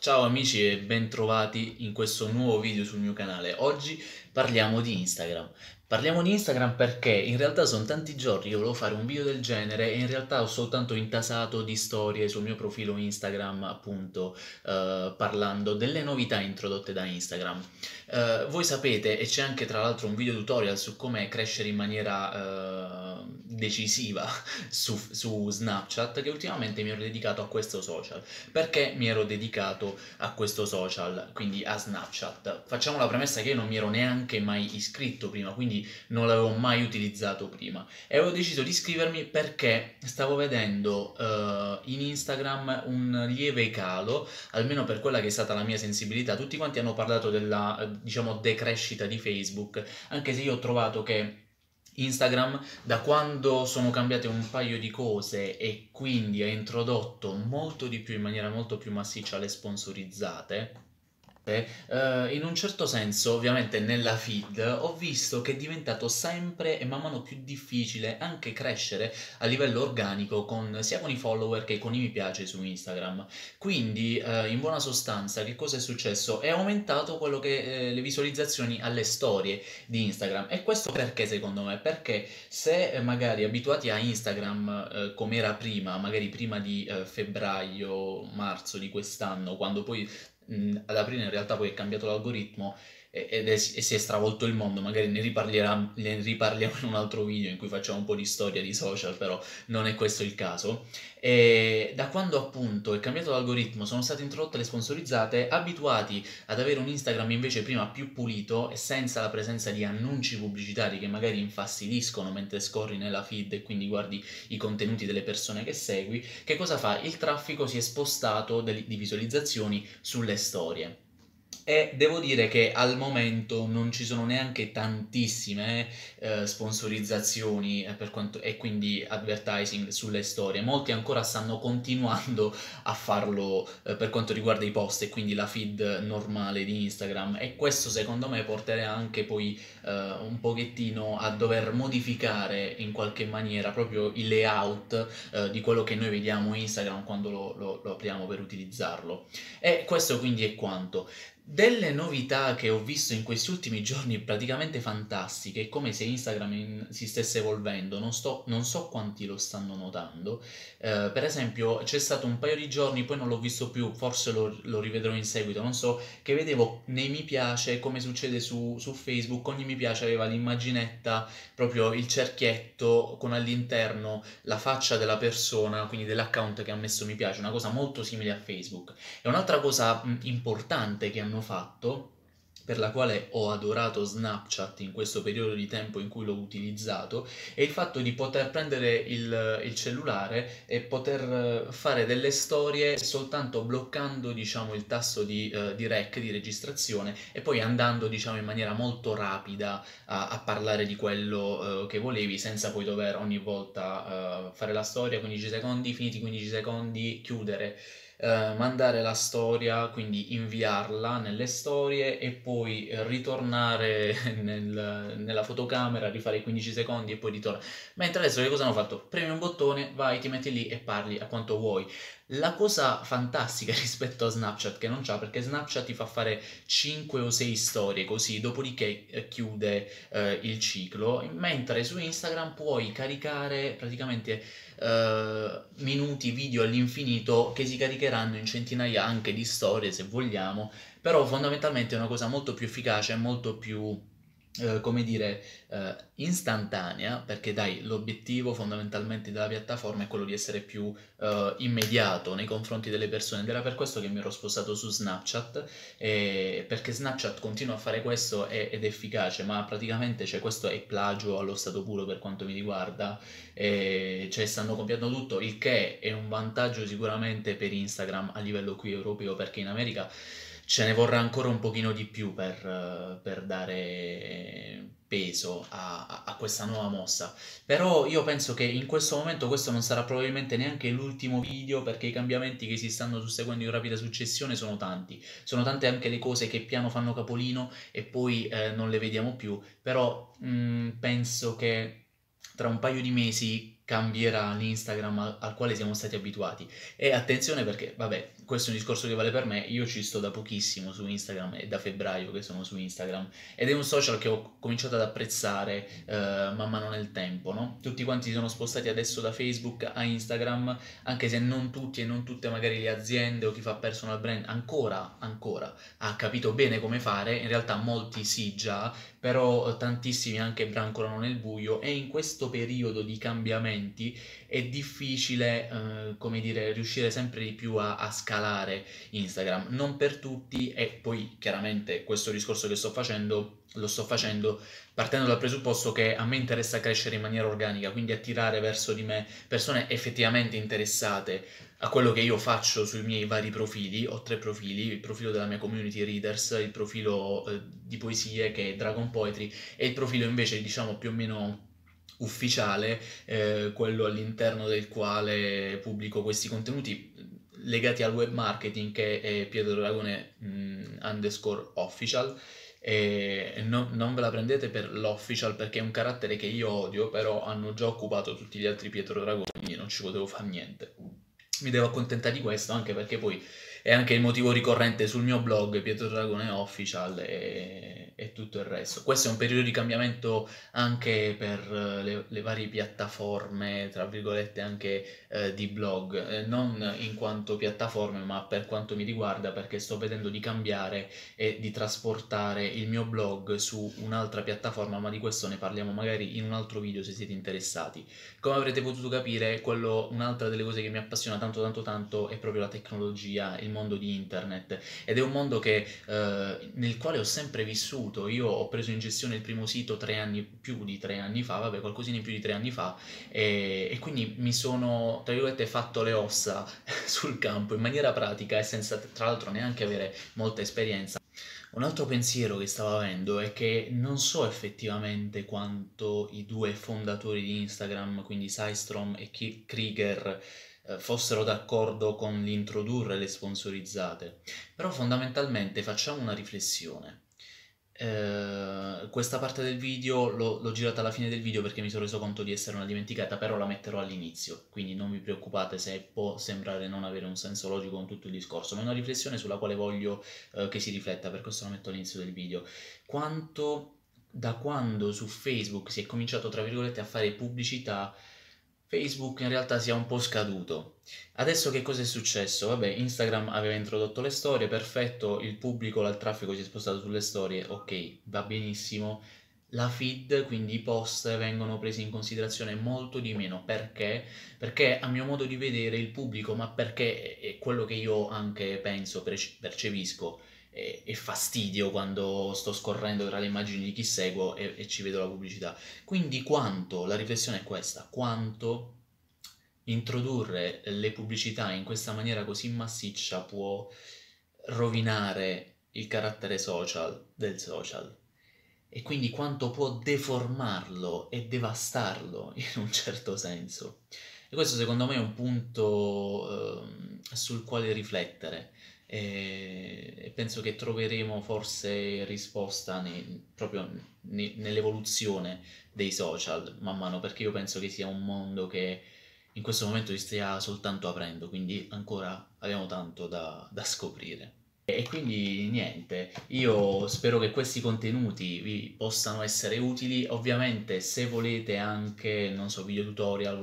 Ciao amici e bentrovati in questo nuovo video sul mio canale. Oggi parliamo di Instagram. Parliamo di Instagram perché in realtà sono tanti giorni che volevo fare un video del genere e in realtà ho soltanto intasato di storie sul mio profilo Instagram, appunto, parlando delle novità introdotte da Instagram. Voi sapete, e c'è anche tra l'altro un video tutorial su come crescere in maniera decisiva su Snapchat, che ultimamente mi ero dedicato a questo social. Perché mi ero dedicato a questo social, quindi a Snapchat? Facciamo la premessa che io non mi ero neanche mai iscritto prima, quindi non l'avevo mai utilizzato prima. E avevo deciso di iscrivermi perché stavo vedendo in Instagram un lieve calo, almeno per quella che è stata la mia sensibilità. Tutti quanti hanno parlato della, diciamo, decrescita di Facebook, anche se io ho trovato che Instagram, da quando sono cambiate un paio di cose e quindi ha introdotto molto di più, in maniera molto più massiccia, le sponsorizzate, in un certo senso, ovviamente nella feed, ho visto che è diventato sempre e man mano più difficile anche crescere a livello organico sia con i follower che con i mi piace su Instagram. Quindi, in buona sostanza, che cosa è successo? È aumentato quello che le visualizzazioni alle storie di Instagram. E questo perché secondo me? Perché se magari abituati a Instagram come era prima, magari prima di febbraio-marzo di quest'anno, quando poi ad aprile in realtà poi è cambiato l'algoritmo e si è stravolto il mondo, magari ne riparliamo in un altro video in cui facciamo un po' di storia di social, però non è questo il caso. E da quando appunto è cambiato l'algoritmo, sono state introdotte le sponsorizzate, abituati ad avere un Instagram invece prima più pulito e senza la presenza di annunci pubblicitari che magari infastidiscono mentre scorri nella feed e quindi guardi i contenuti delle persone che segui, che cosa fa? Il traffico si è spostato di visualizzazioni sulle storie. E devo dire che al momento non ci sono neanche tantissime sponsorizzazioni e quindi advertising sulle storie. Molti ancora stanno continuando a farlo per quanto riguarda i post e quindi la feed normale di Instagram. E questo secondo me porterà anche poi un pochettino a dover modificare in qualche maniera proprio il layout di quello che noi vediamo Instagram quando lo apriamo per utilizzarlo. E questo quindi è quanto. Delle novità che ho visto in questi ultimi giorni praticamente fantastiche, è come se Instagram si stesse evolvendo, non so quanti lo stanno notando. Per esempio c'è stato un paio di giorni, poi non l'ho visto più, forse lo rivedrò in seguito, non so, che vedevo nei mi piace, come succede su Facebook, ogni mi piace aveva l'immaginetta, proprio il cerchietto con all'interno la faccia della persona, quindi dell'account che ha messo mi piace, una cosa molto simile a Facebook. E un'altra cosa importante che hanno fatto, per la quale ho adorato Snapchat in questo periodo di tempo in cui l'ho utilizzato, è il fatto di poter prendere il cellulare e poter fare delle storie soltanto bloccando, diciamo, il tasto di rec, di registrazione, e poi andando, diciamo, in maniera molto rapida a parlare di quello che volevi, senza poi dover ogni volta fare la storia, 15 secondi, finiti i 15 secondi, chiudere, mandare la storia, quindi inviarla nelle storie e poi ritornare nella fotocamera, rifare i 15 secondi e poi ritornare. Mentre adesso che cosa hanno fatto? Premi un bottone, vai, ti metti lì e parli a quanto vuoi. La cosa fantastica rispetto a Snapchat che non c'ha, perché Snapchat ti fa fare 5 o 6 storie così, dopodiché chiude il ciclo, mentre su Instagram puoi caricare praticamente minuti, video all'infinito che si caricheranno in centinaia anche di storie se vogliamo, però fondamentalmente è una cosa molto più efficace, molto più come dire, istantanea, perché dai, l'obiettivo fondamentalmente della piattaforma è quello di essere più immediato nei confronti delle persone ed era per questo che mi ero spostato su Snapchat, perché Snapchat continua a fare questo ed è efficace, ma praticamente cioè, questo è plagio allo stato puro per quanto mi riguarda, cioè stanno copiando tutto, il che è un vantaggio sicuramente per Instagram a livello qui europeo, perché in America ce ne vorrà ancora un pochino di più per dare peso a questa nuova mossa. Però io penso che in questo momento questo non sarà probabilmente neanche l'ultimo video, perché i cambiamenti che si stanno susseguendo in rapida successione sono tanti. Sono tante anche le cose che piano fanno capolino e poi non le vediamo più, però penso che tra un paio di mesi cambierà l'Instagram al quale siamo stati abituati. E attenzione perché, vabbè, questo è un discorso che vale per me, io ci sto da pochissimo su Instagram, è da febbraio che sono su Instagram, ed è un social che ho cominciato ad apprezzare man mano nel tempo, no? Tutti quanti si sono spostati adesso da Facebook a Instagram, anche se non tutti e non tutte magari le aziende o chi fa personal brand ancora ha capito bene come fare, in realtà molti sì già, però tantissimi anche brancolano nel buio, e in questo periodo di cambiamenti è difficile, come dire, riuscire sempre di più a scalare Instagram. Non per tutti, e poi chiaramente questo discorso che sto facendo lo sto facendo partendo dal presupposto che a me interessa crescere in maniera organica, quindi attirare verso di me persone effettivamente interessate a quello che io faccio sui miei vari profili. Ho 3 profili: il profilo della mia community readers, il profilo di poesie che è Dragon Poetry, e il profilo invece diciamo più o meno ufficiale, quello all'interno del quale pubblico questi contenuti legati al web marketing, che è Pietro Dragone _official. E non ve la prendete per l'official perché è un carattere che io odio, però hanno già occupato tutti gli altri Pietro Dragoni e non ci potevo fare niente. Mi devo accontentare di questo, anche perché poi è anche il motivo ricorrente sul mio blog Pietro Dragone Official e tutto il resto. Questo è un periodo di cambiamento anche per le varie piattaforme, tra virgolette, anche di blog, non in quanto piattaforme, ma per quanto mi riguarda, perché sto vedendo di cambiare e di trasportare il mio blog su un'altra piattaforma, ma di questo ne parliamo magari in un altro video se siete interessati. Come avrete potuto capire, un'altra delle cose che mi appassiona tanto è proprio la tecnologia, il mondo di internet, ed è un mondo nel quale ho sempre vissuto. Io ho preso in gestione il primo sito più di 3 anni fa, vabbè, qualcosina in più di 3 anni fa, e quindi mi sono, tra virgolette, fatto le ossa sul campo in maniera pratica e senza tra l'altro neanche avere molta esperienza. Un altro pensiero che stavo avendo è che non so effettivamente quanto i 2 fondatori di Instagram, quindi Systrom e Krieger, fossero d'accordo con l'introdurre le sponsorizzate, però fondamentalmente facciamo una riflessione. Questa parte del video l'ho girata alla fine del video perché mi sono reso conto di essere una dimenticata, però la metterò all'inizio, quindi non vi preoccupate se può sembrare non avere un senso logico con tutto il discorso, ma è una riflessione sulla quale voglio che si rifletta, per questo la metto all'inizio del video. Da quando su Facebook si è cominciato, tra virgolette, a fare pubblicità, Facebook in realtà sia un po' scaduto. Adesso che cosa è successo? Vabbè, Instagram aveva introdotto le storie, perfetto, il pubblico, il traffico si è spostato sulle storie, ok, va benissimo. La feed, quindi i post, vengono presi in considerazione molto di meno. Perché? Perché a mio modo di vedere il pubblico, ma perché è quello che io anche penso, percepisco, e fastidio quando sto scorrendo tra le immagini di chi seguo e ci vedo la pubblicità. Quindi la riflessione è questa: quanto introdurre le pubblicità in questa maniera così massiccia può rovinare il carattere social del social, e quindi quanto può deformarlo e devastarlo in un certo senso. E questo secondo me è un punto sul quale riflettere, e penso che troveremo forse risposta proprio nell'evoluzione dei social man mano, perché io penso che sia un mondo che in questo momento si stia soltanto aprendo, quindi ancora abbiamo tanto da scoprire. E quindi niente, io spero che questi contenuti vi possano essere utili. Ovviamente se volete anche, non so, video tutorial,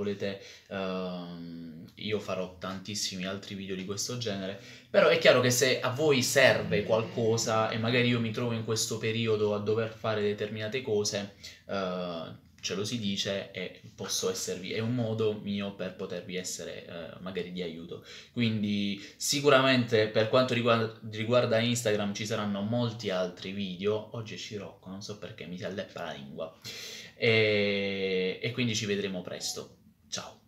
io farò tantissimi altri video di questo genere, però è chiaro che se a voi serve qualcosa e magari io mi trovo in questo periodo a dover fare determinate cose, ce lo si dice e posso esservi, è un modo mio per potervi essere magari di aiuto. Quindi sicuramente per quanto riguarda Instagram ci saranno molti altri video. Oggi è scirocco, non so perché mi si alleppa la lingua, e quindi ci vedremo presto. Ciao!